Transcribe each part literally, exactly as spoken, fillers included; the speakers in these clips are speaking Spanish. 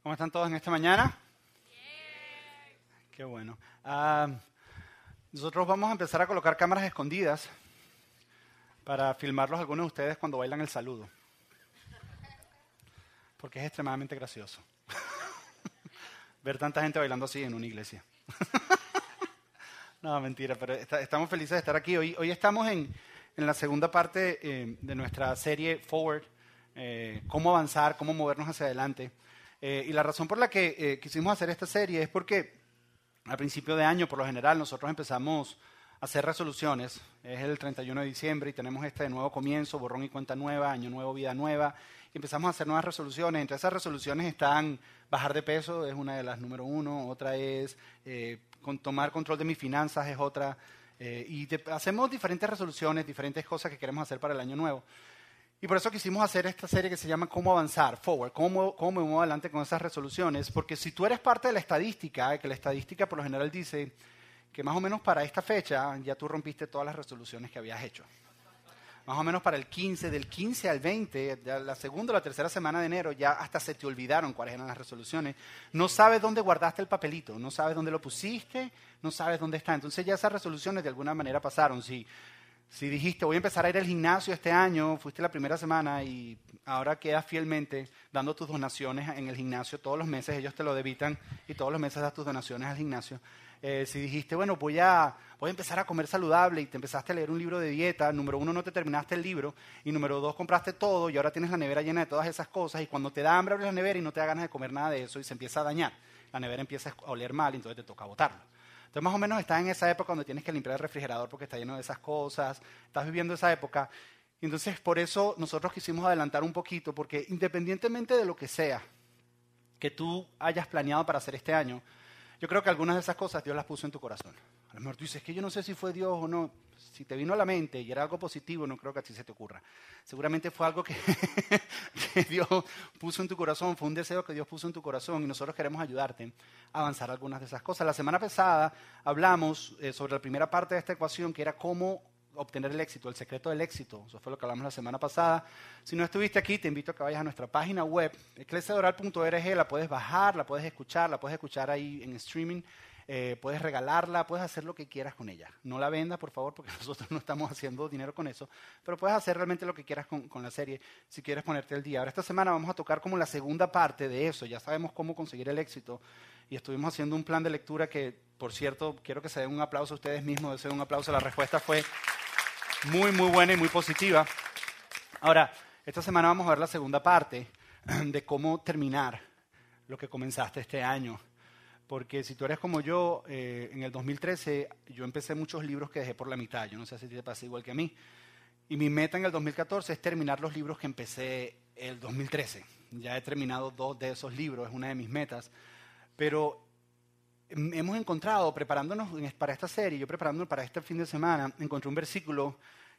¿Cómo están todos en esta mañana? Qué bueno. Uh, nosotros vamos a empezar a colocar cámaras escondidas para filmarlos a algunos de ustedes cuando bailan el saludo. Porque es extremadamente gracioso ver tanta gente bailando así en una iglesia. No, mentira, pero está, estamos felices de estar aquí. Hoy, hoy estamos en, en la segunda parte eh, de nuestra serie Forward, eh, cómo avanzar, cómo movernos hacia adelante. Eh, y la razón por la que eh, quisimos hacer esta serie es porque al principio de año, por lo general, nosotros empezamos a hacer resoluciones. Es el treinta y uno de diciembre y tenemos este nuevo comienzo, borrón y cuenta nueva, año nuevo, vida nueva. Y empezamos a hacer nuevas resoluciones. Entre esas resoluciones están bajar de peso, es una de las número uno. Otra es eh, con tomar control de mis finanzas, es otra. Eh, y de, hacemos diferentes resoluciones, diferentes cosas que queremos hacer para el año nuevo. Y por eso quisimos hacer esta serie que se llama Cómo avanzar, Forward, cómo, cómo me muevo adelante con esas resoluciones, porque si tú eres parte de la estadística, que la estadística por lo general dice que más o menos para esta fecha ya tú rompiste todas las resoluciones que habías hecho. Más o menos para el quince, del quince al veinte, la segunda o la tercera semana de enero, ya hasta se te olvidaron cuáles eran las resoluciones. No sabes dónde guardaste el papelito, no sabes dónde lo pusiste, no sabes dónde está. Entonces ya esas resoluciones de alguna manera pasaron. Si Si dijiste, voy a empezar a ir al gimnasio este año, fuiste la primera semana y ahora quedas fielmente dando tus donaciones en el gimnasio todos los meses, ellos te lo debitan y todos los meses das tus donaciones al gimnasio. Eh, si dijiste, bueno, voy a, voy a empezar a comer saludable y te empezaste a leer un libro de dieta, número uno, no te terminaste el libro y número dos, compraste todo y ahora tienes la nevera llena de todas esas cosas y cuando te da hambre abres la nevera y no te da ganas de comer nada de eso y se empieza a dañar. La nevera empieza a oler mal y entonces te toca botarlo. Entonces, más o menos estás en esa época donde tienes que limpiar el refrigerador porque está lleno de esas cosas, estás viviendo esa época. Y entonces, por eso nosotros quisimos adelantar un poquito, porque independientemente de lo que sea que tú hayas planeado para hacer este año, yo creo que algunas de esas cosas Dios las puso en tu corazón. A lo mejor tú dices, que yo no sé si fue Dios o no. Si te vino a la mente y era algo positivo, no creo que a ti se te ocurra. Seguramente fue algo que, que Dios puso en tu corazón, fue un deseo que Dios puso en tu corazón y nosotros queremos ayudarte a avanzar algunas de esas cosas. La semana pasada hablamos eh, sobre la primera parte de esta ecuación, que era cómo obtener el éxito, el secreto del éxito. Eso fue lo que hablamos la semana pasada. Si no estuviste aquí, te invito a que vayas a nuestra página web, eclesiadoral punto org, la puedes bajar, la puedes escuchar, la puedes escuchar ahí en streaming. Eh, puedes regalarla, puedes hacer lo que quieras con ella. No la vendas, por favor, porque nosotros no estamos haciendo dinero con eso, pero puedes hacer realmente lo que quieras con, con la serie si quieres ponerte al día. Ahora, esta semana vamos a tocar como la segunda parte de eso. Ya sabemos cómo conseguir el éxito y estuvimos haciendo un plan de lectura que, por cierto, quiero que se den un aplauso a ustedes mismos, deseo un aplauso. La respuesta fue muy, muy buena y muy positiva. Ahora, esta semana vamos a ver la segunda parte de cómo terminar lo que comenzaste este año. Porque si tú eres como yo, eh, en el dos mil trece yo empecé muchos libros que dejé por la mitad. Yo no sé si te pasa igual que a mí. Y mi meta en el dos mil catorce es terminar los libros que empecé el dos mil trece. Ya he terminado dos de esos libros, es una de mis metas. Pero hemos encontrado, preparándonos para esta serie, yo preparándonos para este fin de semana, encontré un versículo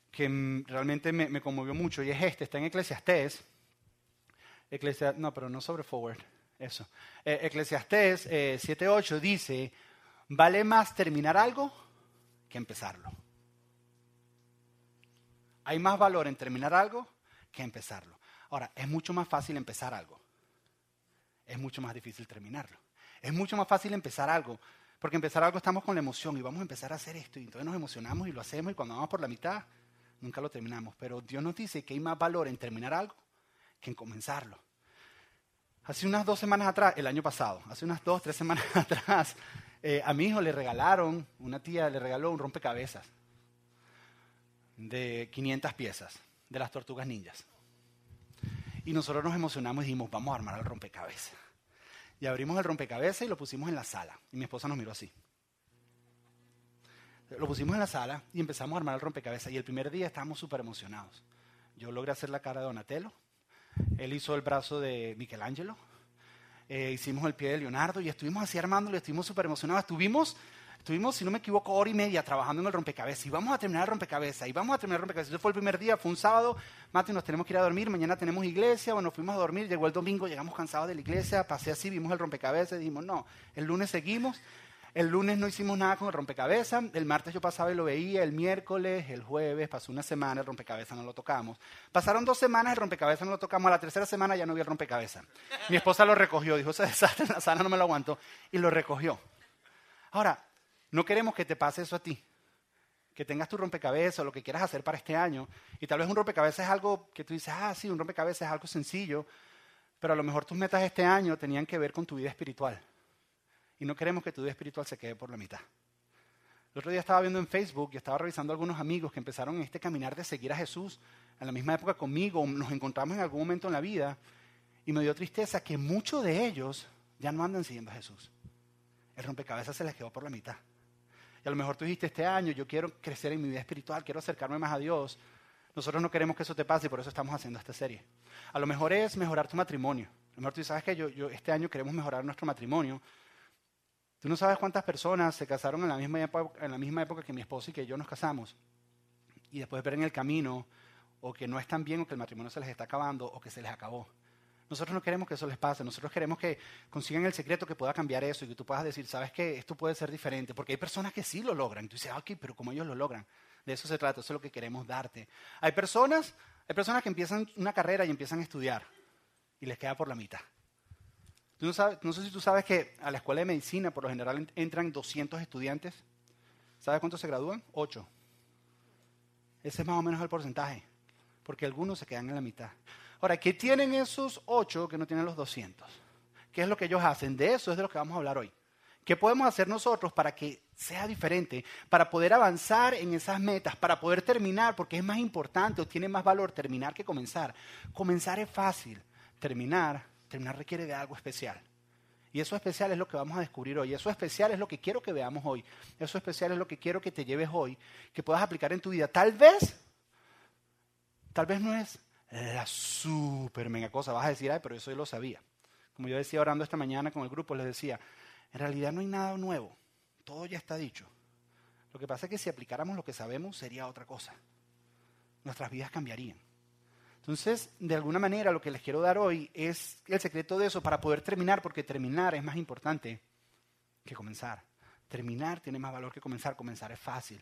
que realmente me, me conmovió mucho y es este, está en Eclesiastés. Eclesiastés, no, pero no sobre Forward. Eso. Eh, Eclesiastés eh, siete ocho dice, vale más terminar algo que empezarlo. Hay más valor en terminar algo que empezarlo. Ahora, es mucho más fácil empezar algo. Es mucho más difícil terminarlo. Es mucho más fácil empezar algo, porque empezar algo estamos con la emoción y vamos a empezar a hacer esto y entonces nos emocionamos y lo hacemos y cuando vamos por la mitad, nunca lo terminamos. Pero Dios nos dice que hay más valor en terminar algo que en comenzarlo. Hace unas dos semanas atrás, el año pasado, hace unas dos, tres semanas atrás, eh, a mi hijo le regalaron, una tía le regaló un rompecabezas de quinientas piezas de las Tortugas Ninjas. Y nosotros nos emocionamos y dijimos, vamos a armar el rompecabezas. Y abrimos el rompecabezas y lo pusimos en la sala. Y mi esposa nos miró así. Lo pusimos en la sala y empezamos a armar el rompecabezas. Y el primer día estábamos súper emocionados. Yo logré hacer la cara de Donatello. Él hizo el brazo de Michelangelo, eh, hicimos el pie de Leonardo y estuvimos así armándolo y estuvimos súper emocionados. Estuvimos, estuvimos, si no me equivoco, hora y media trabajando en el rompecabezas y vamos a terminar el rompecabezas y vamos a terminar el rompecabezas. Ese fue el primer día, fue un sábado, Mate, nos tenemos que ir a dormir, mañana tenemos iglesia, bueno, fuimos a dormir, llegó el domingo, llegamos cansados de la iglesia, pasé así, vimos el rompecabezas y dijimos, no, el lunes seguimos. El lunes no hicimos nada con el rompecabezas, el martes yo pasaba y lo veía, el miércoles, el jueves, pasó una semana, el rompecabezas no lo tocamos. Pasaron dos semanas, el rompecabezas no lo tocamos, a la tercera semana ya no vi el rompecabezas. Mi esposa lo recogió, dijo, ese desastre en la sala no me lo aguantó, y lo recogió. Ahora, no queremos que te pase eso a ti, que tengas tu rompecabezas o lo que quieras hacer para este año, y tal vez un rompecabezas es algo que tú dices, ah, sí, un rompecabezas es algo sencillo, pero a lo mejor tus metas este año tenían que ver con tu vida espiritual. Y no queremos que tu vida espiritual se quede por la mitad. El otro día estaba viendo en Facebook y estaba revisando a algunos amigos que empezaron en este caminar de seguir a Jesús en la misma época conmigo, nos encontramos en algún momento en la vida, y me dio tristeza que muchos de ellos ya no andan siguiendo a Jesús. El rompecabezas se les quedó por la mitad. Y a lo mejor tú dijiste este año, yo quiero crecer en mi vida espiritual, quiero acercarme más a Dios. Nosotros no queremos que eso te pase y por eso estamos haciendo esta serie. A lo mejor es mejorar tu matrimonio. A lo mejor tú sabes que yo, yo este año queremos mejorar nuestro matrimonio. Tú no sabes cuántas personas se casaron en la misma época, en la misma época que mi esposa y que yo nos casamos. Y después ver en el camino o que no están bien o que el matrimonio se les está acabando o que se les acabó. Nosotros no queremos que eso les pase. Nosotros queremos que consigan el secreto que pueda cambiar eso y que tú puedas decir, ¿sabes qué? Esto puede ser diferente. Porque hay personas que sí lo logran. Y tú dices, ok, pero ¿cómo ellos lo logran? De eso se trata, eso es lo que queremos darte. Hay personas, hay personas que empiezan una carrera y empiezan a estudiar y les queda por la mitad. Tú no, sabes, no sé si tú sabes que a la escuela de medicina por lo general entran doscientos estudiantes. ¿Sabes cuántos se gradúan? ocho. Ese es más o menos el porcentaje, porque algunos se quedan en la mitad. Ahora, ¿qué tienen esos ocho que no tienen los doscientos? ¿Qué es lo que ellos hacen? De eso es de lo que vamos a hablar hoy. ¿Qué podemos hacer nosotros para que sea diferente, para poder avanzar en esas metas, para poder terminar? Porque es más importante o tiene más valor terminar que comenzar. Comenzar es fácil, terminar, terminar requiere de algo especial. Y eso especial es lo que vamos a descubrir hoy. Eso especial es lo que quiero que veamos hoy. Eso especial es lo que quiero que te lleves hoy, que puedas aplicar en tu vida. Tal vez, tal vez no es la super mega cosa. Vas a decir, ay, pero eso yo lo sabía. Como yo decía orando esta mañana con el grupo, les decía, en realidad no hay nada nuevo. Todo ya está dicho. Lo que pasa es que si aplicáramos lo que sabemos, sería otra cosa. Nuestras vidas cambiarían. Entonces, de alguna manera, lo que les quiero dar hoy es el secreto de eso para poder terminar, porque terminar es más importante que comenzar. Terminar tiene más valor que comenzar. Comenzar es fácil.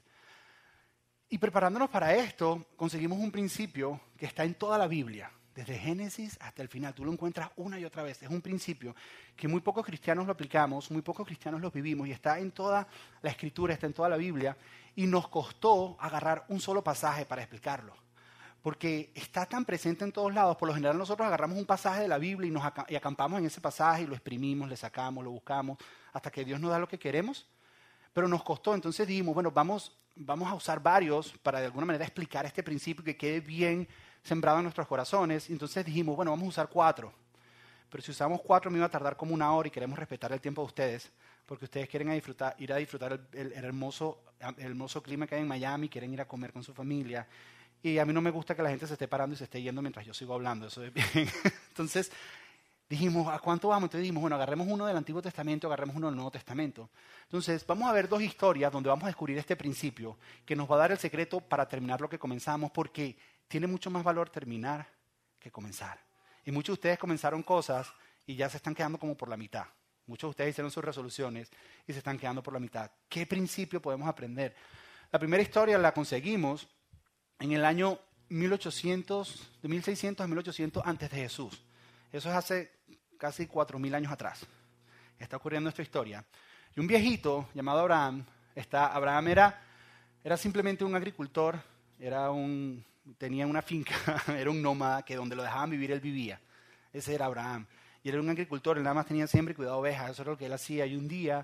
Y preparándonos para esto, conseguimos un principio que está en toda la Biblia, desde Génesis hasta el final. Tú lo encuentras una y otra vez. Es un principio que muy pocos cristianos lo aplicamos, muy pocos cristianos lo vivimos, y está en toda la Escritura, está en toda la Biblia, y nos costó agarrar un solo pasaje para explicarlo. Porque está tan presente en todos lados. Por lo general nosotros agarramos un pasaje de la Biblia y nos ac- y acampamos en ese pasaje y lo exprimimos, le sacamos, lo buscamos, hasta que Dios nos da lo que queremos. Pero nos costó, entonces dijimos, bueno, vamos, vamos a usar varios para de alguna manera explicar este principio y que quede bien sembrado en nuestros corazones. Y entonces dijimos, bueno, vamos a usar cuatro. Pero si usamos cuatro me iba a tardar como una hora y queremos respetar el tiempo de ustedes, porque ustedes quieren a disfrutar, ir a disfrutar el, el, el, hermoso, el hermoso clima que hay en Miami, quieren ir a comer con su familia. Y a mí no me gusta que la gente se esté parando y se esté yendo mientras yo sigo hablando. Eso es bien. Entonces dijimos, ¿a cuánto vamos? Entonces dijimos, bueno, agarremos uno del Antiguo Testamento, agarremos uno del Nuevo Testamento. Entonces vamos a ver dos historias donde vamos a descubrir este principio que nos va a dar el secreto para terminar lo que comenzamos, porque tiene mucho más valor terminar que comenzar. Y muchos de ustedes comenzaron cosas y ya se están quedando como por la mitad. Muchos de ustedes hicieron sus resoluciones y se están quedando por la mitad. ¿Qué principio podemos aprender? La primera historia la conseguimos en el año mil ochocientos, de mil seiscientos a mil ochocientos antes de Jesús. Eso es hace casi cuatro mil años atrás. Está ocurriendo esta historia. Y un viejito llamado Abraham, está, Abraham era, era simplemente un agricultor, era un, tenía una finca, era un nómada que donde lo dejaban vivir él vivía. Ese era Abraham. Y él era un agricultor, él nada más tenía siempre cuidado de ovejas, eso era lo que él hacía. Y un día,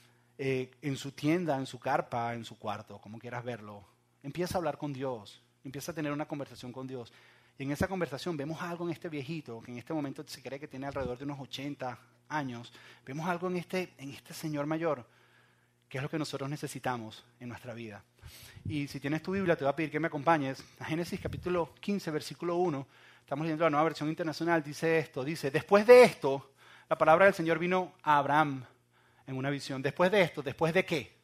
eh, en su tienda, en su carpa, en su cuarto, como quieras verlo, empieza a hablar con Dios. Empieza a tener una conversación con Dios. Y en esa conversación vemos algo en este viejito, que en este momento se cree que tiene alrededor de unos ochenta años. Vemos algo en este, en este señor mayor, que es lo que nosotros necesitamos en nuestra vida. Y si tienes tu Biblia, te voy a pedir que me acompañes a Génesis capítulo quince, versículo uno. Estamos leyendo la nueva versión internacional. Dice esto, dice, después de esto, la palabra del Señor vino a Abraham en una visión. Después de esto, ¿después de qué?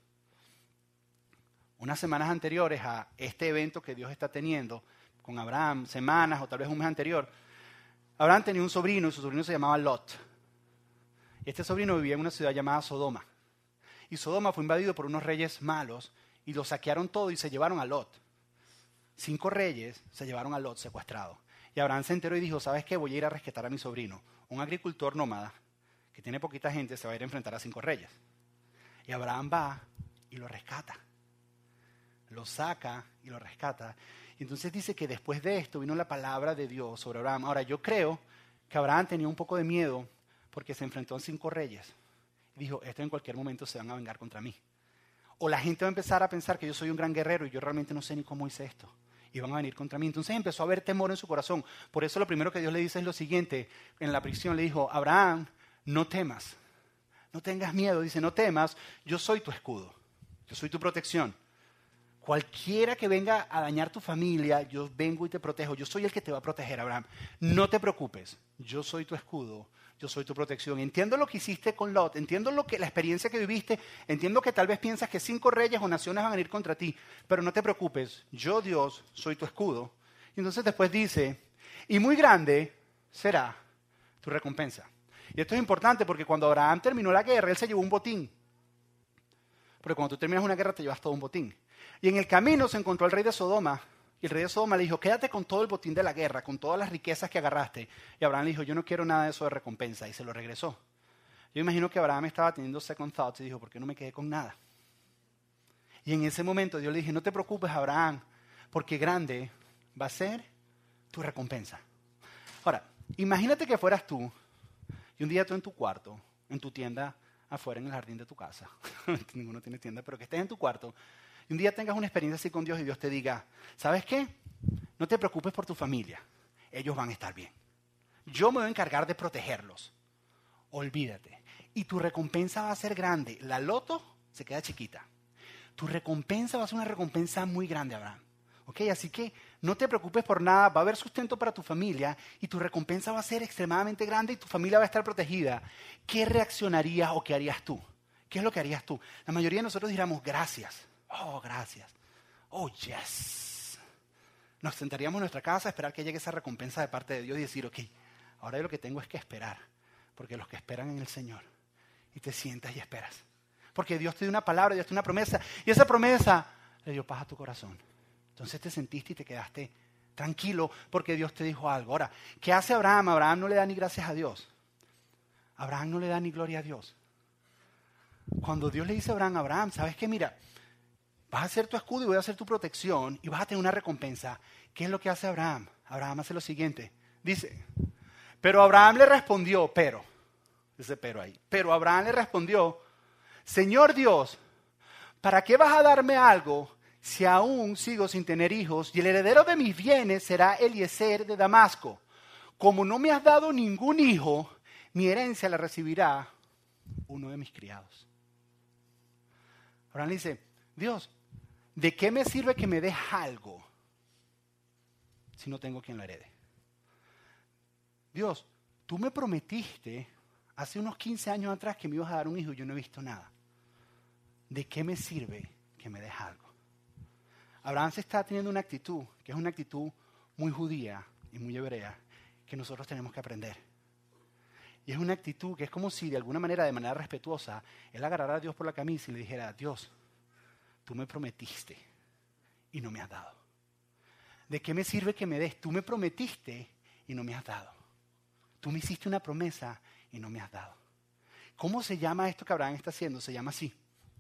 Unas semanas anteriores a este evento que Dios está teniendo con Abraham, semanas o tal vez un mes anterior, Abraham tenía un sobrino y su sobrino se llamaba Lot. Y este sobrino vivía en una ciudad llamada Sodoma. y Sodoma fue invadido por unos reyes malos y lo saquearon todo y se llevaron a Lot. Cinco reyes se llevaron a Lot secuestrado. Y Abraham se enteró y dijo, ¿sabes qué? Voy a ir a rescatar a mi sobrino. Un agricultor nómada que tiene poquita gente se va a ir a enfrentar a cinco reyes. Y Abraham va y lo rescata. Lo saca y lo rescata. Y entonces dice que después de esto vino la palabra de Dios sobre Abraham. Ahora, yo creo que Abraham tenía un poco de miedo porque se enfrentó a cinco reyes. Y dijo, estos en cualquier momento se van a vengar contra mí. O la gente va a empezar a pensar que yo soy un gran guerrero y yo realmente no sé ni cómo hice esto. Y van a venir contra mí. Entonces empezó a haber temor en su corazón. Por eso lo primero que Dios le dice es lo siguiente. En la prisión le dijo, Abraham, no temas. No tengas miedo. Dice, no temas, yo soy tu escudo. Yo soy tu protección. Cualquiera que venga a dañar tu familia, yo vengo y te protejo. Yo soy el que te va a proteger, Abraham. No te preocupes. Yo soy tu escudo. Yo soy tu protección. Entiendo lo que hiciste con Lot. Entiendo lo que, la experiencia que viviste. Entiendo que tal vez piensas que cinco reyes o naciones van a ir contra ti. Pero no te preocupes. Yo, Dios, soy tu escudo. Y entonces después dice, y muy grande será tu recompensa. Y esto es importante porque cuando Abraham terminó la guerra, él se llevó un botín. Porque cuando tú terminas una guerra te llevas todo un botín. Y en el camino se encontró al rey de Sodoma. Y el rey de Sodoma le dijo, quédate con todo el botín de la guerra, con todas las riquezas que agarraste. Y Abraham le dijo, yo no quiero nada de eso de recompensa. Y se lo regresó. Yo imagino que Abraham estaba teniendo second thoughts y dijo, ¿por qué no me quedé con nada? Y en ese momento Dios le dije, no te preocupes, Abraham, porque grande va a ser tu recompensa. Ahora, imagínate que fueras tú y un día tú en tu cuarto, en tu tienda afuera en el jardín de tu casa, ninguno tiene tienda, pero que estés en tu cuarto y un día tengas una experiencia así con Dios y Dios te diga, ¿sabes qué? No te preocupes por tu familia, ellos van a estar bien. Yo me voy a encargar de protegerlos. Olvídate. Y tu recompensa va a ser grande. La loto se queda chiquita. Tu recompensa va a ser una recompensa muy grande, Abraham. ¿Ok? Así que no te preocupes por nada, va a haber sustento para tu familia y tu recompensa va a ser extremadamente grande y tu familia va a estar protegida. ¿Qué reaccionarías o qué harías tú? ¿Qué es lo que harías tú? La mayoría de nosotros diríamos gracias. Oh, gracias. Oh, yes. Nos sentaríamos en nuestra casa a esperar que llegue esa recompensa de parte de Dios y decir, ok, ahora yo lo que tengo es que esperar, porque los que esperan en el Señor, y te sientas y esperas. Porque Dios te dio una palabra, Dios te dio una promesa, y esa promesa le dio paz a tu corazón. Entonces te sentiste y te quedaste tranquilo porque Dios te dijo algo. Ahora, ¿qué hace Abraham? Abraham no le da ni gracias a Dios. Abraham no le da ni gloria a Dios. Cuando Dios le dice a Abraham, Abraham, ¿sabes qué? Mira, vas a ser tu escudo y voy a ser tu protección y vas a tener una recompensa. ¿Qué es lo que hace Abraham? Abraham hace lo siguiente. Dice, pero Abraham le respondió, pero, ese pero ahí, pero Abraham le respondió, Señor Dios, ¿para qué vas a darme algo si aún sigo sin tener hijos y el heredero de mis bienes será Eliezer de Damasco? Como no me has dado ningún hijo, mi herencia la recibirá uno de mis criados. Abraham le dice, Dios, ¿de qué me sirve que me des algo si no tengo quien lo herede? Dios, tú me prometiste hace unos quince años atrás que me ibas a dar un hijo y yo no he visto nada. ¿De qué me sirve que me des algo? Abraham se está teniendo una actitud, que es una actitud muy judía y muy hebrea, que nosotros tenemos que aprender. Y es una actitud que es como si de alguna manera, de manera respetuosa, él agarrara a Dios por la camisa y le dijera, Dios, tú me prometiste y no me has dado. ¿De qué me sirve que me des? Tú me prometiste y no me has dado. Tú me hiciste una promesa y no me has dado. ¿Cómo se llama esto que Abraham está haciendo? Se llama así.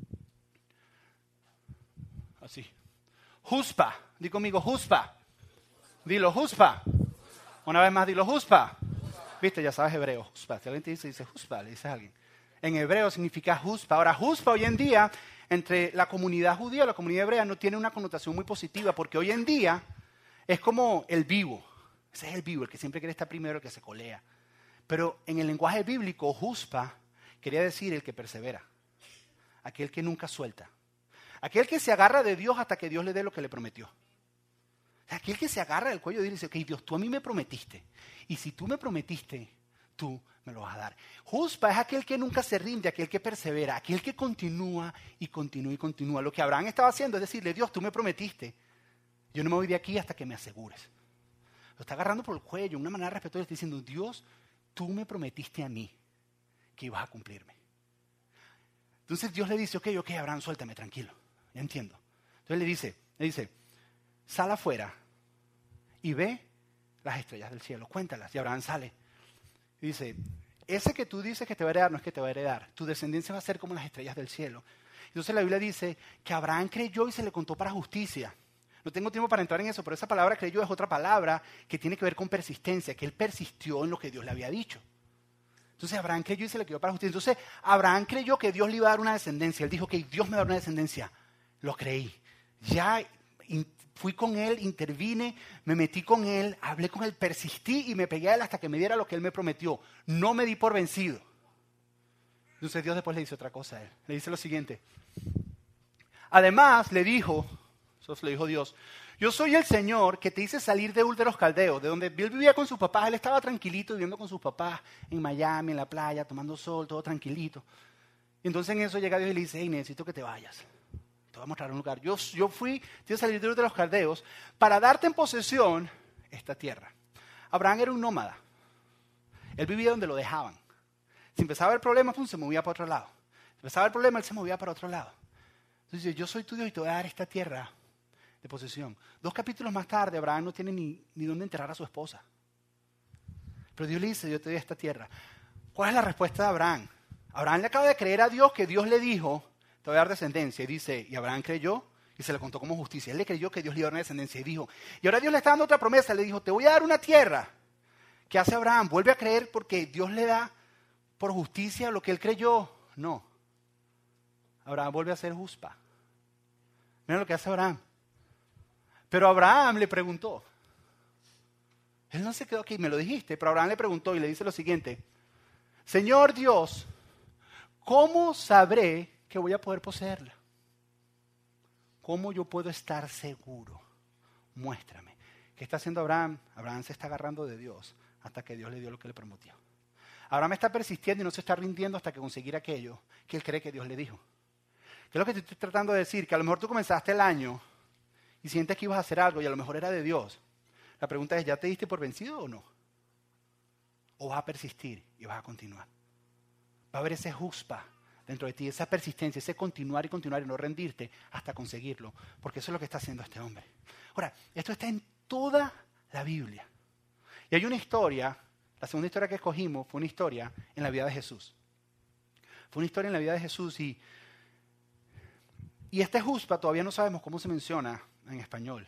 Así. Juspa. Di conmigo, juspa. Dilo, juspa. Una vez más, dilo, juspa. Viste, ya sabes hebreo. Juspa. Si alguien te dice, dice juspa, le dices a alguien. En hebreo significa juspa. Ahora, juspa hoy en día, entre la comunidad judía y la comunidad hebrea, no tiene una connotación muy positiva, porque hoy en día es como el vivo. Ese es el vivo, el que siempre quiere estar primero, el que se colea. Pero en el lenguaje bíblico, juspa quería decir el que persevera. Aquel que nunca suelta. Aquel que se agarra de Dios hasta que Dios le dé lo que le prometió. Aquel que se agarra del cuello y dice, ok, Dios, tú a mí me prometiste. Y si tú me prometiste, tú me lo vas a dar. Juspa es aquel que nunca se rinde, aquel que persevera, aquel que continúa y continúa y continúa. Lo que Abraham estaba haciendo es decirle, Dios, tú me prometiste. Yo no me voy de aquí hasta que me asegures. Lo está agarrando por el cuello, de una manera respetuosa, está diciendo, Dios, tú me prometiste a mí que ibas a cumplirme. Entonces Dios le dice, ok, ok, Abraham, suéltame, tranquilo, ya entiendo. Entonces le dice, le dice, sal afuera y ve las estrellas del cielo, cuéntalas. Y Abraham sale y dice, ese que tú dices que te va a heredar no es que te va a heredar, tu descendencia va a ser como las estrellas del cielo. Entonces la Biblia dice que Abraham creyó y se le contó para justicia. No tengo tiempo para entrar en eso, pero esa palabra creyó es otra palabra que tiene que ver con persistencia, que él persistió en lo que Dios le había dicho. Entonces Abraham creyó y se le quedó para justicia. Entonces Abraham creyó que Dios le iba a dar una descendencia. Él dijo que Dios me va a dar una descendencia. Lo creí. Ya in, fui con él, intervine, me metí con él, hablé con él, persistí y me pegué a él hasta que me diera lo que él me prometió. No me di por vencido. Entonces Dios después le dice otra cosa a él. Le dice lo siguiente. Además le dijo, eso le dijo Dios, yo soy el Señor que te hice salir de Ur de los Caldeos, de donde él vivía con sus papás. Él estaba tranquilito viviendo con sus papás en Miami, en la playa, tomando sol, todo tranquilito. Y entonces en eso llega Dios y le dice, hey, necesito que te vayas. Te voy a mostrar un lugar. Yo, yo fui, te hice salir de Ur de los Caldeos para darte en posesión esta tierra. Abraham era un nómada. Él vivía donde lo dejaban. Si empezaba el problema, pum, se movía para otro lado. Si empezaba el problema, él se movía para otro lado. Entonces dice, yo soy tu Dios y te voy a dar esta tierra de posesión. Dos capítulos más tarde, Abraham no tiene ni, ni dónde enterrar a su esposa. Pero Dios le dice, yo te doy esta tierra. ¿Cuál es la respuesta de Abraham? Abraham le acaba de creer a Dios que Dios le dijo, te voy a dar descendencia. Y dice, y Abraham creyó y se le contó como justicia. Él le creyó que Dios le iba a dar una descendencia. Y dijo, y ahora Dios le está dando otra promesa. Le dijo, te voy a dar una tierra. ¿Qué hace Abraham? ¿Vuelve a creer porque Dios le da por justicia lo que él creyó? No. Abraham vuelve a ser juspa. Mira lo que hace Abraham. Pero Abraham le preguntó. Él no se quedó aquí, me lo dijiste, pero Abraham le preguntó y le dice lo siguiente. Señor Dios, ¿cómo sabré que voy a poder poseerla? ¿Cómo yo puedo estar seguro? Muéstrame. ¿Qué está haciendo Abraham? Abraham se está agarrando de Dios hasta que Dios le dio lo que le prometió. Abraham está persistiendo y no se está rindiendo hasta que conseguir aquello que él cree que Dios le dijo. ¿Qué es lo que te estoy tratando de decir? Que a lo mejor tú comenzaste el año y sientes que ibas a hacer algo y a lo mejor era de Dios. La pregunta es, ¿ya te diste por vencido o no? ¿O vas a persistir y vas a continuar? Va a haber ese juspa dentro de ti, esa persistencia, ese continuar y continuar y no rendirte hasta conseguirlo. Porque eso es lo que está haciendo este hombre. Ahora, esto está en toda la Biblia. Y hay una historia, la segunda historia que escogimos fue una historia en la vida de Jesús. Fue una historia en la vida de Jesús y, y este juspa todavía no sabemos cómo se menciona en español.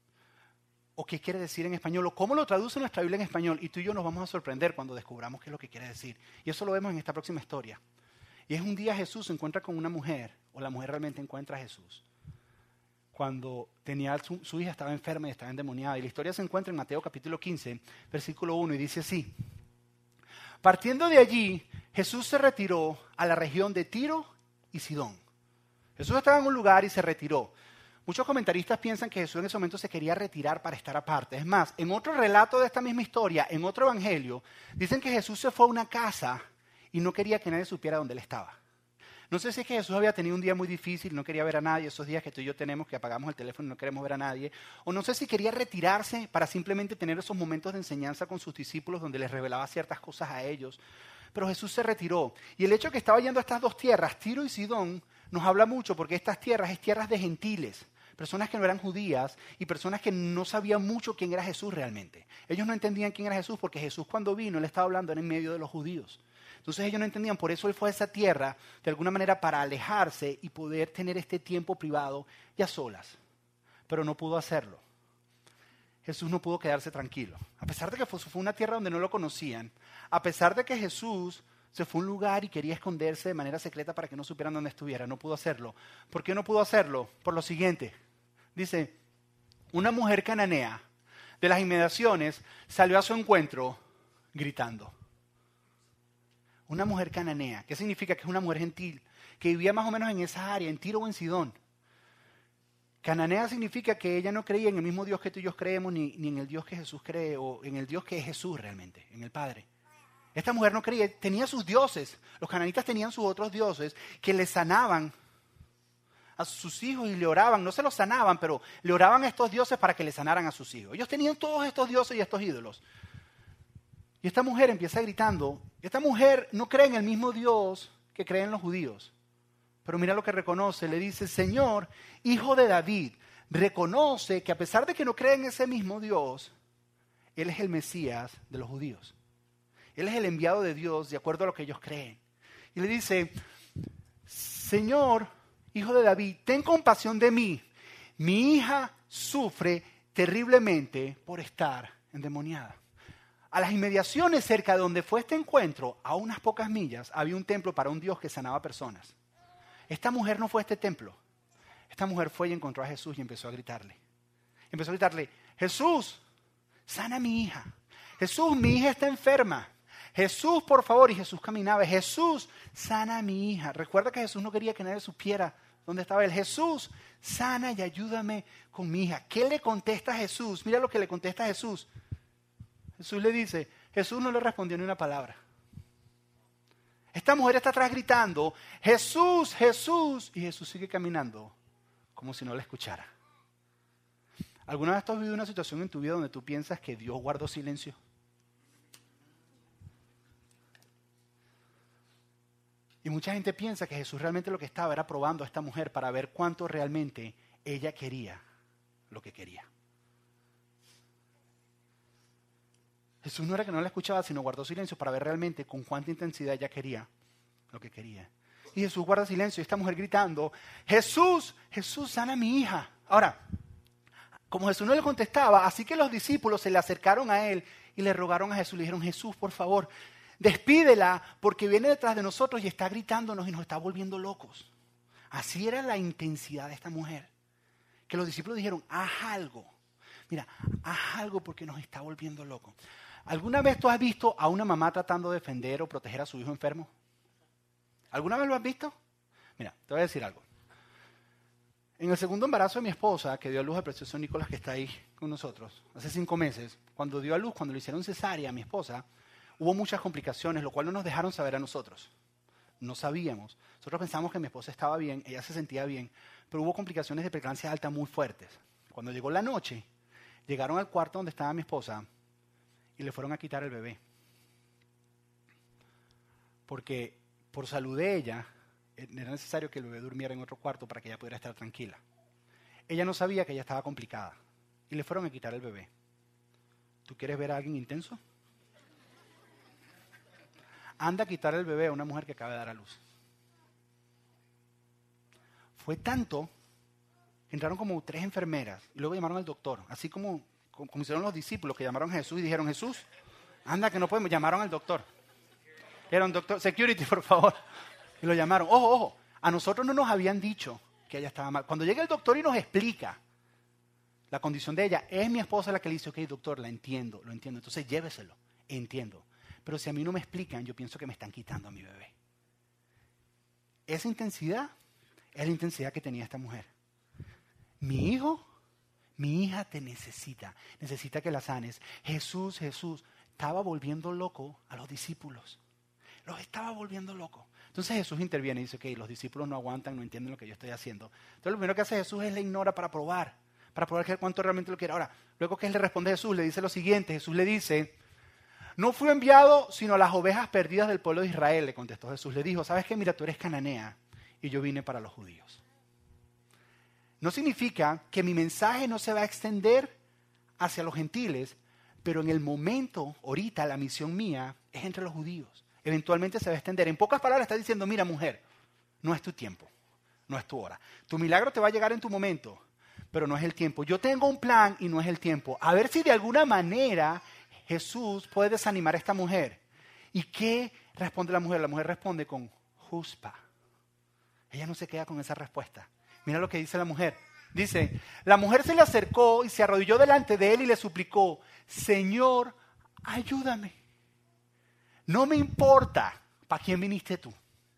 O qué quiere decir en español, o cómo lo traduce nuestra Biblia en español. Y tú y yo nos vamos a sorprender cuando descubramos qué es lo que quiere decir. Y eso lo vemos en esta próxima historia. Y es un día Jesús se encuentra con una mujer, o la mujer realmente encuentra a Jesús. Cuando tenía su, su hija estaba enferma y estaba endemoniada. Y la historia se encuentra en Mateo capítulo quince, versículo uno, y dice así. Partiendo de allí, Jesús se retiró a la región de Tiro y Sidón. Jesús estaba en un lugar y se retiró. Muchos comentaristas piensan que Jesús en ese momento se quería retirar para estar aparte. Es más, en otro relato de esta misma historia, en otro evangelio, dicen que Jesús se fue a una casa y no quería que nadie supiera dónde él estaba. No sé si es que Jesús había tenido un día muy difícil, no quería ver a nadie, esos días que tú y yo tenemos que apagamos el teléfono y no queremos ver a nadie. O no sé si quería retirarse para simplemente tener esos momentos de enseñanza con sus discípulos donde les revelaba ciertas cosas a ellos. Pero Jesús se retiró. Y el hecho de que estaba yendo a estas dos tierras, Tiro y Sidón, nos habla mucho porque estas tierras es tierras de gentiles. Personas que no eran judías y personas que no sabían mucho quién era Jesús realmente. Ellos no entendían quién era Jesús porque Jesús cuando vino, él estaba hablando en medio de los judíos. Entonces ellos no entendían, por eso él fue a esa tierra de alguna manera para alejarse y poder tener este tiempo privado y a solas. Pero no pudo hacerlo. Jesús no pudo quedarse tranquilo. A pesar de que fue, fue una tierra donde no lo conocían, a pesar de que Jesús se fue a un lugar y quería esconderse de manera secreta para que no supieran dónde estuviera, no pudo hacerlo. ¿Por qué no pudo hacerlo? Por lo siguiente. Dice, una mujer cananea de las inmediaciones salió a su encuentro gritando. Una mujer cananea, ¿qué significa? Que es una mujer gentil, que vivía más o menos en esa área, en Tiro o en Sidón. Cananea significa que ella no creía en el mismo Dios que tú y yo creemos, ni, ni en el Dios que Jesús cree, o en el Dios que es Jesús realmente, en el Padre. Esta mujer no creía, tenía sus dioses. Los cananitas tenían sus otros dioses que le sanaban a sus hijos y le oraban. No se los sanaban, pero le oraban a estos dioses para que le sanaran a sus hijos. Ellos tenían todos estos dioses y estos ídolos. Y esta mujer empieza gritando. Esta mujer no cree en el mismo Dios que creen los judíos. pero mira lo que reconoce. Le dice, Señor, hijo de David, reconoce que a pesar de que no cree en ese mismo Dios, Él es el Mesías de los judíos. Él es el enviado de Dios de acuerdo a lo que ellos creen. Y le dice, Señor, hijo de David, ten compasión de mí. Mi hija sufre terriblemente por estar endemoniada. A las inmediaciones cerca de donde fue este encuentro, a unas pocas millas, había un templo para un Dios que sanaba personas. Esta mujer no fue a este templo. Esta mujer fue y encontró a Jesús y empezó a gritarle. Empezó a gritarle, Jesús, sana a mi hija. Jesús, mi hija está enferma. Jesús, por favor. Y Jesús caminaba. Jesús, sana a mi hija. Recuerda que Jesús no quería que nadie supiera dónde estaba él. Jesús, sana y ayúdame con mi hija. ¿Qué le contesta a Jesús? Mira lo que le contesta a Jesús. Jesús le dice, Jesús no le respondió ni una palabra. Esta mujer está atrás gritando, Jesús, Jesús. Y Jesús sigue caminando como si no la escuchara. ¿Alguna vez tú has vivido una situación en tu vida donde tú piensas que Dios guardó silencio? Y mucha gente piensa que Jesús realmente lo que estaba era probando a esta mujer para ver cuánto realmente ella quería lo que quería. Jesús no era que no la escuchaba, sino guardó silencio para ver realmente con cuánta intensidad ella quería lo que quería. Y Jesús guarda silencio y esta mujer gritando, Jesús, Jesús, sana a mi hija. Ahora, como Jesús no le contestaba, así que los discípulos se le acercaron a él y le rogaron a Jesús, le dijeron, Jesús, por favor, despídela porque viene detrás de nosotros y está gritándonos y nos está volviendo locos. Así era la intensidad de esta mujer. Que los discípulos dijeron, haz algo. Mira, haz algo porque nos está volviendo locos. ¿Alguna vez tú has visto a una mamá tratando de defender o proteger a su hijo enfermo? ¿Alguna vez lo has visto? Mira, te voy a decir algo. En el segundo embarazo de mi esposa, que dio a luz al precioso Nicolás, que está ahí con nosotros, hace cinco meses, cuando dio a luz, cuando le hicieron cesárea a mi esposa, hubo muchas complicaciones, lo cual no nos dejaron saber a nosotros. No sabíamos. Nosotros pensamos que mi esposa estaba bien, ella se sentía bien, pero hubo complicaciones de preeclampsia alta muy fuertes. Cuando llegó la noche, llegaron al cuarto donde estaba mi esposa y le fueron a quitar el bebé. Porque por salud de ella, era necesario que el bebé durmiera en otro cuarto para que ella pudiera estar tranquila. Ella no sabía que ella estaba complicada y le fueron a quitar el bebé. ¿Tú quieres ver a alguien intenso? Anda a quitar el bebé a una mujer que acaba de dar a luz. Fue tanto, entraron como tres enfermeras y luego llamaron al doctor, así como, como, como hicieron los discípulos que llamaron a Jesús y dijeron, Jesús, anda que no podemos, llamaron al doctor. Era un doctor, security, por favor. Y lo llamaron. Ojo, ojo, a nosotros no nos habían dicho que ella estaba mal. Cuando llega el doctor y nos explica la condición de ella, es mi esposa la que le dice, ok, doctor, la entiendo, lo entiendo. Entonces lléveselo, entiendo. Pero si a mí no me explican, yo pienso que me están quitando a mi bebé. Esa intensidad es la intensidad que tenía esta mujer. Mi hijo, mi hija te necesita, necesita que la sanes. Jesús, Jesús, estaba volviendo loco a los discípulos. Los estaba volviendo locos. Entonces Jesús interviene y dice, ok, los discípulos no aguantan, no entienden lo que yo estoy haciendo. Entonces lo primero que hace Jesús es le ignora para probar, para probar que cuánto realmente lo quiere. Ahora, luego que él le responde a Jesús, le dice lo siguiente, Jesús le dice, no fui enviado sino a las ovejas perdidas del pueblo de Israel, le contestó Jesús. Le dijo, ¿sabes qué? Mira, tú eres cananea y yo vine para los judíos. No significa que mi mensaje no se va a extender hacia los gentiles, pero en el momento, ahorita, la misión mía es entre los judíos. Eventualmente se va a extender. En pocas palabras está diciendo, mira mujer, no es tu tiempo, no es tu hora. Tu milagro te va a llegar en tu momento, pero no es el tiempo. Yo tengo un plan y no es el tiempo. A ver si de alguna manera Jesús puede desanimar a esta mujer. ¿Y qué responde la mujer? La mujer responde con juspa. Ella no se queda con esa respuesta. Mira lo que dice la mujer. Dice, la mujer se le acercó y se arrodilló delante de él y le suplicó, Señor, ayúdame. No me importa para quién viniste tú.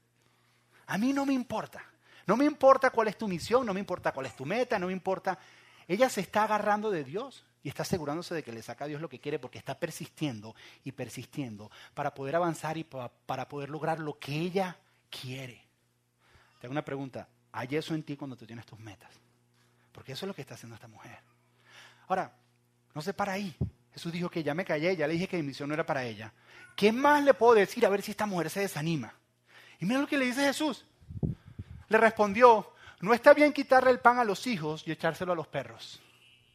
A mí no me importa. No me importa cuál es tu misión, no me importa cuál es tu meta, no me importa. Ella se está agarrando de Dios y está asegurándose de que le saca a Dios lo que quiere porque está persistiendo y persistiendo para poder avanzar y pa- para poder lograr lo que ella quiere. Te hago una pregunta. ¿Hay eso en ti cuando tú tienes tus metas? Porque eso es lo que está haciendo esta mujer. Ahora, no se para ahí. Jesús dijo que ya me callé, ya le dije que mi misión no era para ella. ¿Qué más le puedo decir a ver si esta mujer se desanima? Y mira lo que le dice Jesús. le respondió, no está bien quitarle el pan a los hijos y echárselo a los perros.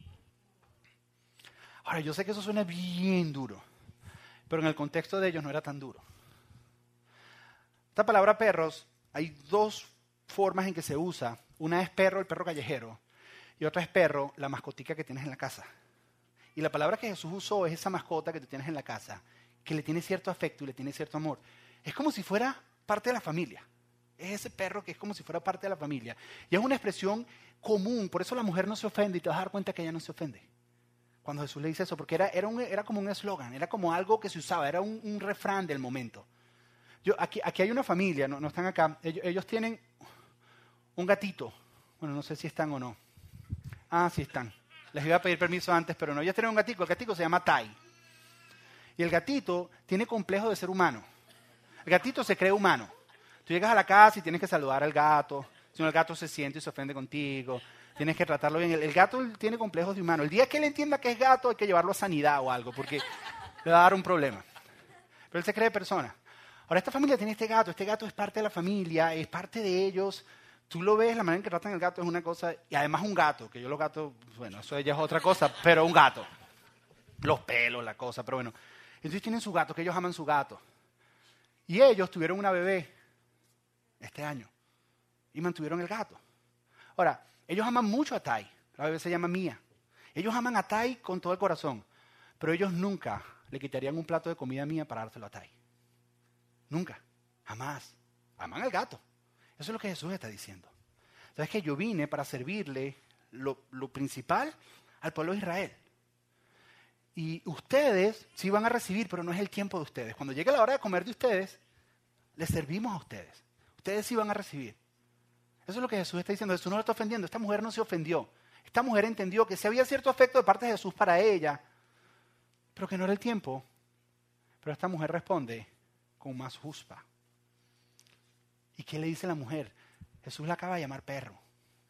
Ahora, yo sé que eso suena bien duro, pero en el contexto de ellos no era tan duro. Esta palabra perros, hay dos formas en que se usa. Una es perro, el perro callejero, y otra es perro, la mascotica que tienes en la casa. Y la palabra que Jesús usó es esa mascota que tú tienes en la casa, que le tiene cierto afecto y le tiene cierto amor. Es como si fuera parte de la familia. Es ese perro que es como si fuera parte de la familia. Y es una expresión común, por eso la mujer no se ofende y te vas a dar cuenta que ella no se ofende cuando Jesús le dice eso, porque era, era, un, era como un eslogan, era como algo que se usaba, era un, un refrán del momento. Yo, aquí, aquí hay una familia, no, no están acá, ellos, ellos tienen un gatito, bueno, no sé si están o no. Ah, sí están. Les iba a pedir permiso antes, pero no, ellos tienen un gatito, el gatito se llama Tai. Y el gatito tiene complejo de ser humano. El gatito se cree humano. Tú llegas a la casa y tienes que saludar al gato, si no el gato se siente y se ofende contigo. Tienes que tratarlo bien. El, el gato tiene complejos de humano. El día que él entienda que es gato hay que llevarlo a sanidad o algo, porque le va a dar un problema. Pero él se cree persona. Ahora, esta familia tiene este gato. Este gato es parte de la familia, es parte de ellos. Tú lo ves, la manera en que tratan el gato es una cosa. Y además un gato, que yo los gatos, bueno, eso ya es otra cosa, pero un gato. Los pelos, la cosa, pero bueno. Entonces tienen su gato, que ellos aman su gato. Y ellos tuvieron una bebé este año. Y mantuvieron el gato. Ahora, ellos aman mucho a Tai. La bebé se llama Mía. Ellos aman a Tai con todo el corazón. Pero ellos nunca le quitarían un plato de comida mía para dárselo a Tai. Nunca. Jamás. Aman al gato. Eso es lo que Jesús está diciendo. ¿Sabes qué? Yo vine para servirle lo, lo principal al pueblo de Israel. Y ustedes sí van a recibir, pero no es el tiempo de ustedes. Cuando llegue la hora de comer de ustedes, les servimos a ustedes. Ustedes sí van a recibir. Eso es lo que Jesús está diciendo. Jesús no lo está ofendiendo. Esta mujer no se ofendió. Esta mujer entendió que sí había cierto afecto de parte de Jesús para ella, pero que no era el tiempo. Pero esta mujer responde con más juspa. ¿Y qué le dice la mujer? Jesús la acaba de llamar perro.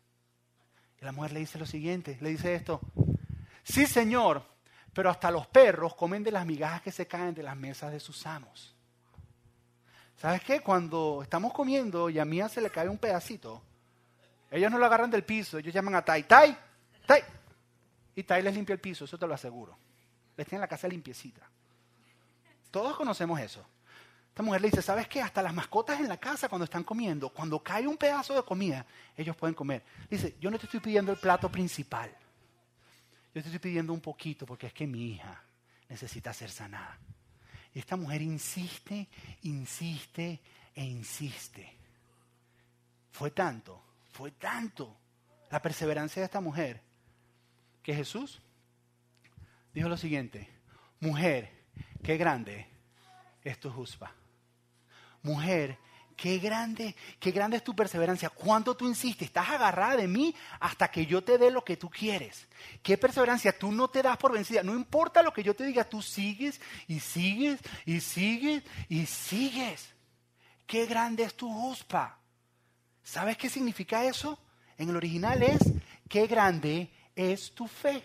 Y la mujer le dice lo siguiente, le dice esto. Sí, Señor, pero hasta los perros comen de las migajas que se caen de las mesas de sus amos. ¿Sabes qué? Cuando estamos comiendo y a Mía se le cae un pedacito, ellos no lo agarran del piso, ellos llaman a Tai, Tai, Tai. Y Tai les limpia el piso, eso te lo aseguro. Les tiene la casa limpiecita. Todos conocemos eso. Esta mujer le dice, ¿sabes qué? Hasta las mascotas en la casa cuando están comiendo, cuando cae un pedazo de comida, ellos pueden comer. Dice, yo no te estoy pidiendo el plato principal. Yo te estoy pidiendo un poquito porque es que mi hija necesita ser sanada. Y esta mujer insiste, insiste e insiste. Fue tanto, fue tanto la perseverancia de esta mujer que Jesús dijo lo siguiente, mujer, qué grande es tu juspa. Mujer, qué grande, qué grande es tu perseverancia. ¿Cuánto tú insistes? Estás agarrada de mí hasta que yo te dé lo que tú quieres. Qué perseverancia, tú no te das por vencida. No importa lo que yo te diga, tú sigues y sigues y sigues y sigues. Qué grande es tu juspa. ¿Sabes qué significa eso? En el original es, qué grande es tu fe.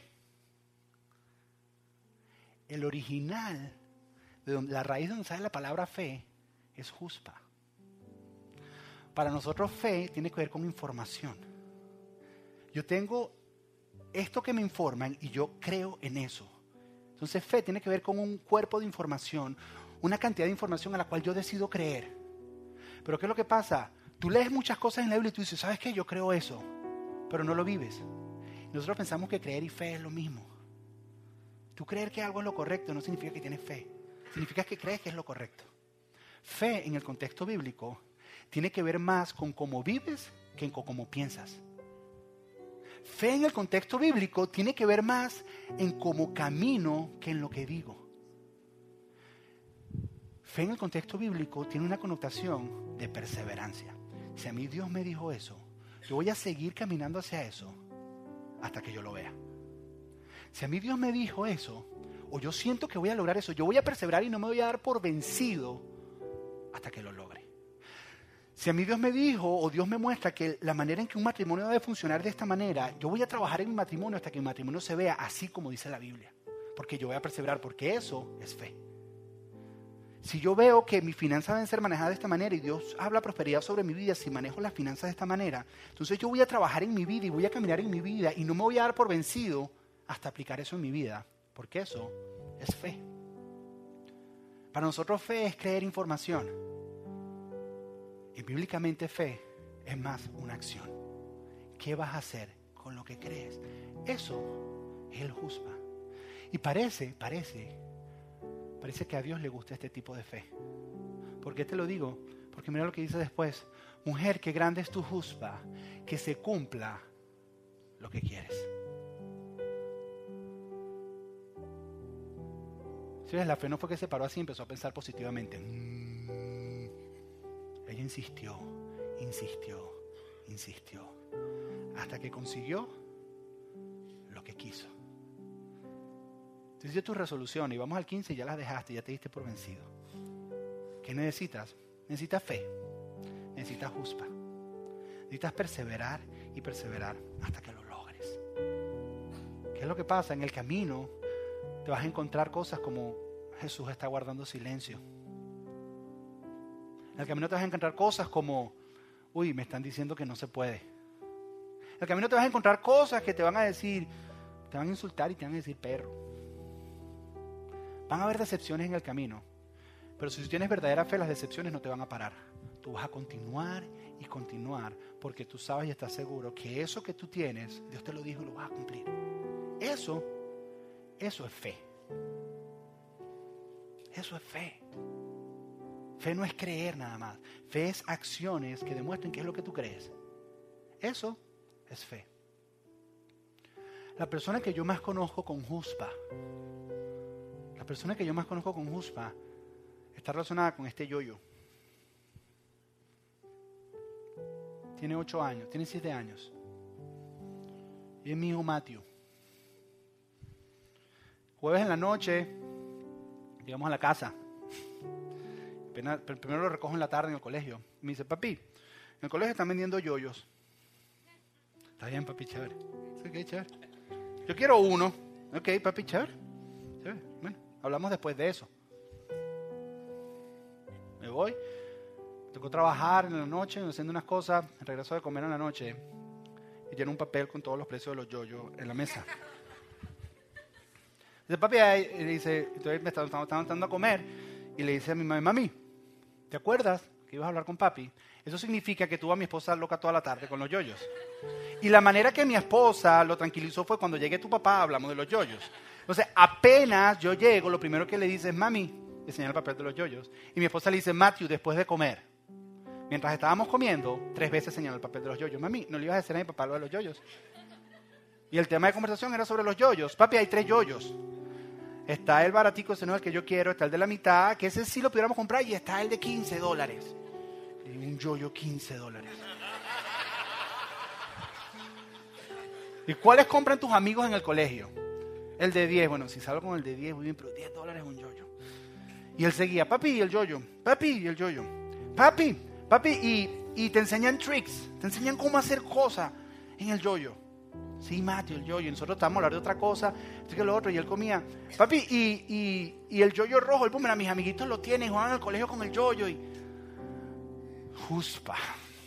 El original, de donde, la raíz de donde sale la palabra fe, es juspa. Para nosotros fe tiene que ver con información. Yo tengo esto que me informan y yo creo en eso. Entonces fe tiene que ver con un cuerpo de información, una cantidad de información a la cual yo decido creer. Pero ¿qué es lo que pasa? Tú lees muchas cosas en la Biblia y tú dices, ¿sabes qué? Yo creo eso, pero no lo vives. Nosotros pensamos que creer y fe es lo mismo. Tú creer que algo es lo correcto no significa que tienes fe. Significa que crees que es lo correcto. Fe en el contexto bíblico tiene que ver más con cómo vives que con cómo piensas. Fe en el contexto bíblico tiene que ver más en cómo camino que en lo que digo. Fe en el contexto bíblico tiene una connotación de perseverancia. Si a mí Dios me dijo eso, yo voy a seguir caminando hacia eso hasta que yo lo vea. Si a mí Dios me dijo eso, o yo siento que voy a lograr eso, yo voy a perseverar y no me voy a dar por vencido hasta que lo logre. Si a mí Dios me dijo o Dios me muestra que la manera en que un matrimonio debe funcionar de esta manera, yo voy a trabajar en mi matrimonio hasta que mi matrimonio se vea así como dice la Biblia. Porque yo voy a perseverar, porque eso es fe. Si yo veo que mis finanzas deben ser manejadas de esta manera y Dios habla prosperidad sobre mi vida, si manejo las finanzas de esta manera, entonces yo voy a trabajar en mi vida y voy a caminar en mi vida y no me voy a dar por vencido hasta aplicar eso en mi vida, porque eso es fe. Para nosotros fe es creer información y bíblicamente fe es más una acción. ¿Qué vas a hacer con lo que crees? Eso es el juspa. Y parece, parece, parece que a Dios le gusta este tipo de fe. ¿Por qué te lo digo? Porque mira lo que dice después. Mujer, qué grande es tu juspa, que se cumpla lo que quieres. Si ves, la fe no fue que se paró así y empezó a pensar positivamente. Mm. Ella insistió, insistió, insistió, hasta que consiguió lo que quiso. Tú hiciste tus resoluciones y vamos al quince y ya las dejaste, ya te diste por vencido. ¿Qué necesitas? Necesitas fe, necesitas juspa, necesitas perseverar y perseverar hasta que lo logres. ¿Qué es lo que pasa? En el camino te vas a encontrar cosas como Jesús está guardando silencio. En el camino te vas a encontrar cosas como, uy, me están diciendo que no se puede. En el camino te vas a encontrar cosas que te van a decir, te van a insultar y te van a decir perro. Van a haber decepciones en el camino, pero si tú tienes verdadera fe, las decepciones no te van a parar. Tú vas a continuar y continuar, porque tú sabes y estás seguro que eso que tú tienes, Dios te lo dijo y lo vas a cumplir. Eso, eso es fe. Eso es fe. Fe no es creer nada más. Fe es acciones que demuestren qué es lo que tú crees. Eso es fe. La persona que yo más conozco con juspa, la persona que yo más conozco con juspa está relacionada con este yoyo. Tiene ocho años, tiene siete años. Y es mi hijo Matthew. Jueves en la noche, llegamos a la casa. Primero lo recojo en la tarde en el colegio. Me dice, papi, en el colegio están vendiendo yoyos. Está bien, papi, chévere. Sí, ok, chévere. Yo quiero uno. Ok, papi, chévere. Chévere. Bueno, hablamos después de eso. Me voy. Me tocó trabajar en la noche, haciendo unas cosas. Regreso de comer en la noche. Y tiene un papel con todos los precios de los yoyos en la mesa. Dice, papi, ahí, y dice, entonces me estamos sentando a comer. Y le dice a mi mami, mami, ¿te acuerdas que ibas a hablar con papi? Eso significa que tuvo a mi esposa loca toda la tarde con los yoyos. Y la manera que mi esposa lo tranquilizó fue cuando llegue tu papá, hablamos de los yoyos. Entonces, apenas yo llego, lo primero que le dice es, mami, le señala el papel de los yoyos. Y mi esposa le dice, Matthew, después de comer. Mientras estábamos comiendo, tres veces señaló el papel de los yoyos. Mami, no le ibas a decir a mi papá lo de los yoyos. Y el tema de conversación era sobre los yoyos. Papi, hay tres yoyos. Está el baratico, ese no es el que yo quiero, está el de la mitad, que ese sí lo pudiéramos comprar, y está el de quince dólares. Y un yoyo quince dólares. ¿Y cuáles compran tus amigos en el colegio? El de diez, bueno, si salgo con el de diez, muy bien, pero diez dólares es un yoyo. Y él seguía, papi, y el yoyo, papi, y el yoyo, papi, papi, y, y te enseñan tricks, te enseñan cómo hacer cosas en el yoyo. Sí, Matthew, el yoyo. Y nosotros estábamos hablando de otra cosa, esto que lo otro, y él comía. Papi, y, y, y el yoyo rojo, el boom, mira, mis amiguitos lo tienen, juegan al colegio con el yoyo. Y juspa.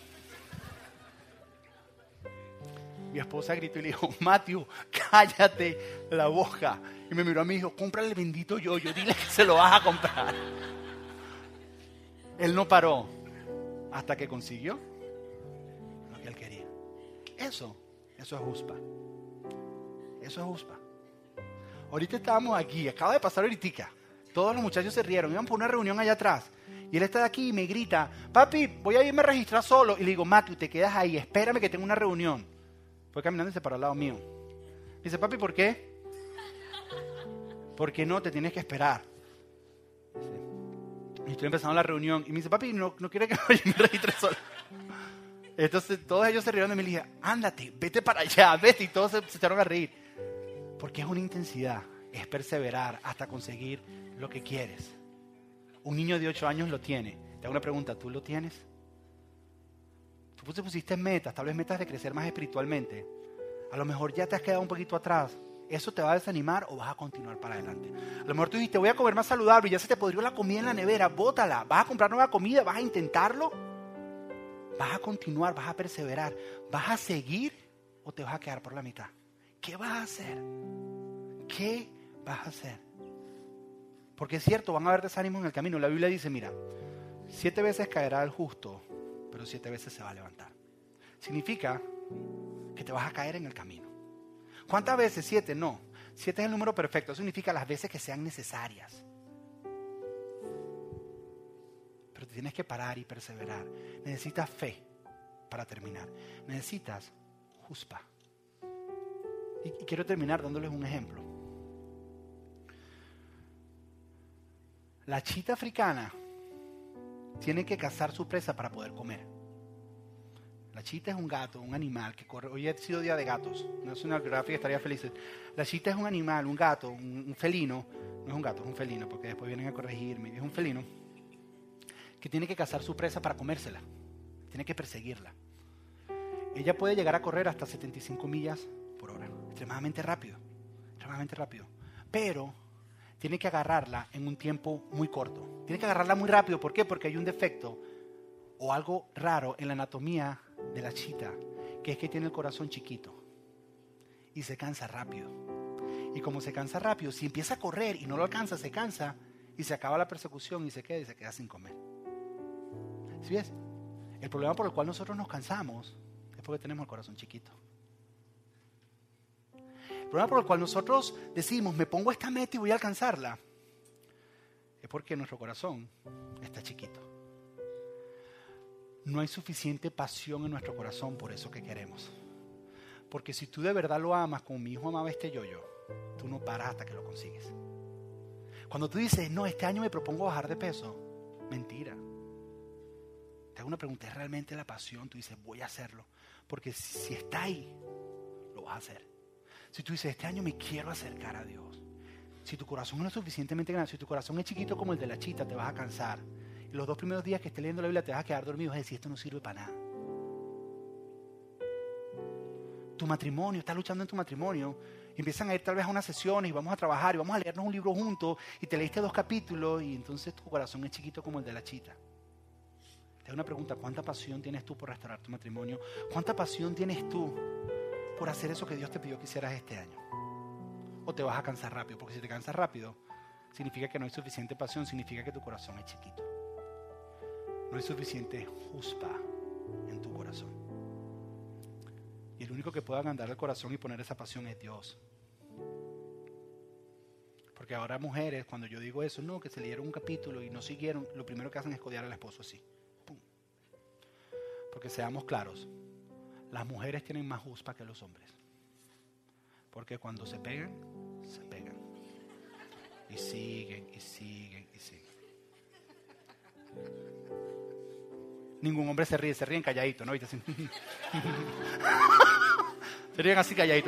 Mi esposa gritó y le dijo, Matthew, cállate la boca. Y me miró a mí y dijo, cómprale el bendito yoyo, dile que se lo vas a comprar. Él no paró hasta que consiguió lo que él quería. Eso. Eso es juspa. Eso es juspa. Ahorita estábamos aquí, acaba de pasar ahorita. Todos los muchachos se rieron, iban por una reunión allá atrás. Y él está de aquí y me grita, papi, voy a irme a registrar solo. Y le digo, Matthew, te quedas ahí, espérame que tengo una reunión. Fue caminando y se paró al lado mío. Dice, papi, ¿por qué? Porque no, te tienes que esperar. Dice, y estoy empezando la reunión. Y me dice, papi, no, no quiere que vaya y me registre solo. Entonces todos ellos se rieron de mí y le dije, ándate, vete para allá, vete. Y todos se, se echaron a reír. Porque es una intensidad, es perseverar hasta conseguir lo que quieres. Un niño de ocho años lo tiene. Te hago una pregunta, ¿tú lo tienes? Tú te pusiste metas, tal vez metas de crecer más espiritualmente. A lo mejor ya te has quedado un poquito atrás ¿Eso te va a desanimar o vas a continuar para adelante? A lo mejor tú dijiste, voy a comer más saludable y ya se te podrió la comida en la nevera, bótala. ¿Vas a comprar nueva comida? ¿Vas a intentarlo? ¿Vas a continuar? ¿Vas a perseverar? ¿Vas a seguir o te vas a quedar por la mitad? ¿Qué vas a hacer? ¿Qué vas a hacer? Porque es cierto, van a haber desánimos en el camino. La Biblia dice, mira, siete veces caerá el justo, pero siete veces se va a levantar. Significa que te vas a caer en el camino. ¿Cuántas veces? Siete, no. Siete es el número perfecto. Eso significa las veces que sean necesarias. Pero te tienes que parar y perseverar. Necesitas fe para terminar. Necesitas juspa. Y, y quiero terminar dándoles un ejemplo. La chita africana tiene que cazar su presa para poder comer. La chita es un gato, un animal que corre. Hoy ha sido día de gatos. National Geographic estaría feliz. La chita es un animal, un gato, un, un felino. No es un gato, es un felino, porque después vienen a corregirme. Es un felino que tiene que cazar su presa para comérsela. Tiene que perseguirla. Ella puede llegar a correr hasta setenta y cinco millas por hora. Extremadamente rápido. Extremadamente rápido. Pero tiene que agarrarla en un tiempo muy corto. Tiene que agarrarla muy rápido. ¿Por qué? Porque hay un defecto o algo raro en la anatomía de la chita, que es que tiene el corazón chiquito y se cansa rápido. Y como se cansa rápido, si empieza a correr y no lo alcanza, se cansa y se acaba la persecución y se queda y se queda sin comer. ¿Sí ves? El problema por el cual nosotros nos cansamos es porque tenemos el corazón chiquito. El problema por el cual nosotros decimos, me pongo esta meta y voy a alcanzarla, es porque nuestro corazón está chiquito. No hay suficiente pasión en nuestro corazón por eso que queremos. Porque si tú de verdad lo amas como mi hijo amaba este yoyo, tú no paras hasta que lo consigues. Cuando tú dices, no, este año me propongo bajar de peso, mentira. Te hago una pregunta, ¿es realmente la pasión? Tú dices, voy a hacerlo. Porque si, si está ahí, lo vas a hacer. Si tú dices, este año me quiero acercar a Dios. Si tu corazón no es suficientemente grande, si tu corazón es chiquito como el de la chita, te vas a cansar. Y los dos primeros días que estés leyendo la Biblia te vas a quedar dormido. Vas a decir, esto no sirve para nada. Tu matrimonio, estás luchando en tu matrimonio. Y empiezan a ir tal vez a unas sesiones y vamos a trabajar y vamos a leernos un libro juntos. Y te leíste dos capítulos y entonces tu corazón es chiquito como el de la chita. Te hago una pregunta, ¿cuánta pasión tienes tú por restaurar tu matrimonio? ¿Cuánta pasión tienes tú por hacer eso que Dios te pidió que hicieras este año? ¿O te vas a cansar rápido? Porque si te cansas rápido, significa que no hay suficiente pasión, significa que tu corazón es chiquito. No hay suficiente juspa en tu corazón. Y el único que puede agrandar el corazón y poner esa pasión es Dios. Porque ahora mujeres, cuando yo digo eso, no, que se leyeron un capítulo y no siguieron, lo primero que hacen es codear al esposo así. ¡Pum! Porque seamos claros, las mujeres tienen más juspa que los hombres. Porque cuando se pegan, se pegan. Y siguen, y siguen, y siguen. Ningún hombre se ríe, se ríen calladito, ¿no? ¿Viste? Así. Se ríen así calladito.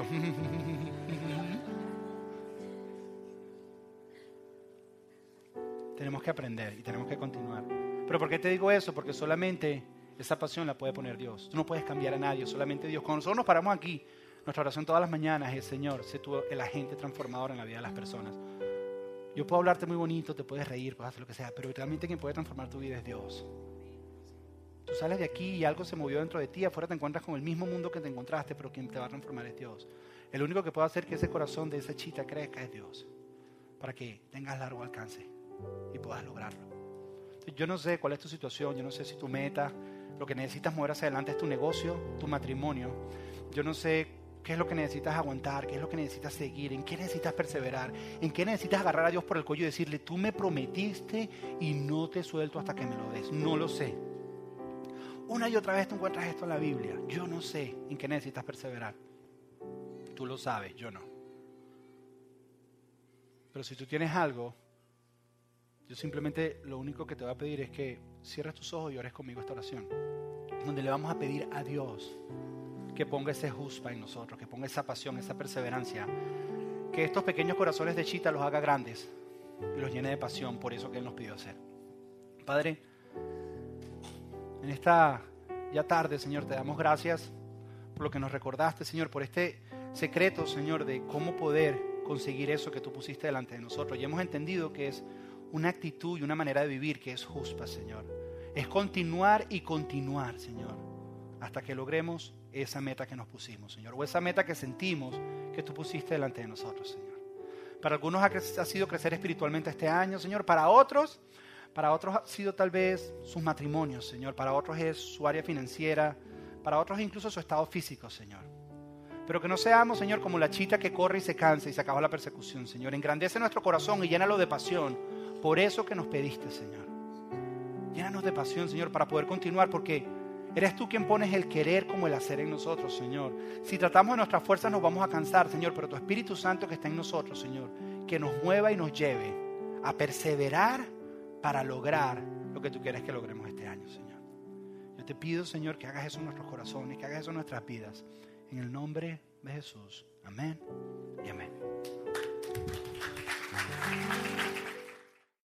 Tenemos que aprender y tenemos que continuar. ¿Pero por qué te digo eso? Porque solamente esa pasión la puede poner Dios. Tú no puedes cambiar a nadie, solamente Dios. Cuando nosotros nos paramos aquí, nuestra oración todas las mañanas es, Señor, sé tú el agente transformador en la vida de las personas. Yo puedo hablarte muy bonito, te puedes reír, puedes hacer lo que sea, pero realmente quien puede transformar tu vida es Dios. Tú sales de aquí y algo se movió dentro de ti, afuera te encuentras con el mismo mundo que te encontraste, pero quien te va a transformar es Dios. El único que puede hacer que ese corazón de esa chita crezca es Dios, para que tengas largo alcance y puedas lograrlo. Yo no sé cuál es tu situación, yo no sé si tu meta, lo que necesitas mover hacia adelante es tu negocio, tu matrimonio. Yo no sé qué es lo que necesitas aguantar, qué es lo que necesitas seguir, en qué necesitas perseverar, en qué necesitas agarrar a Dios por el cuello y decirle, tú me prometiste y no te suelto hasta que me lo des. No lo sé. Una y otra vez tú encuentras esto en la Biblia. Yo no sé en qué necesitas perseverar. Tú lo sabes, yo no. Pero si tú tienes algo, yo simplemente lo único que te voy a pedir es que cierres tus ojos y ores conmigo esta oración, donde le vamos a pedir a Dios que ponga ese juspa en nosotros, que ponga esa pasión, esa perseverancia, que estos pequeños corazones de chita los haga grandes y los llene de pasión por eso que Él nos pidió hacer. Padre, en esta ya tarde, Señor, te damos gracias por lo que nos recordaste, Señor, por este secretos, Señor, de cómo poder conseguir eso que tú pusiste delante de nosotros. Y hemos entendido que es una actitud y una manera de vivir que es justa, Señor. Es continuar y continuar, Señor, hasta que logremos esa meta que nos pusimos, Señor, o esa meta que sentimos que tú pusiste delante de nosotros, Señor. Para algunos ha, cre- ha sido crecer espiritualmente este año, Señor. Para otros, para otros ha sido tal vez sus matrimonios, Señor. Para otros es su área financiera. Para otros incluso su estado físico, Señor. Pero que no seamos, Señor, como la chita que corre y se cansa y se acaba la persecución, Señor. Engrandece nuestro corazón y llénalo de pasión por eso que nos pediste, Señor. Llénanos de pasión, Señor, para poder continuar, porque eres tú quien pones el querer como el hacer en nosotros, Señor. Si tratamos de nuestras fuerzas nos vamos a cansar, Señor, pero tu Espíritu Santo que está en nosotros, Señor, que nos mueva y nos lleve a perseverar para lograr lo que tú quieres que logremos este año, Señor. Yo te pido, Señor, que hagas eso en nuestros corazones, que hagas eso en nuestras vidas. En el nombre de Jesús. Amén y amén.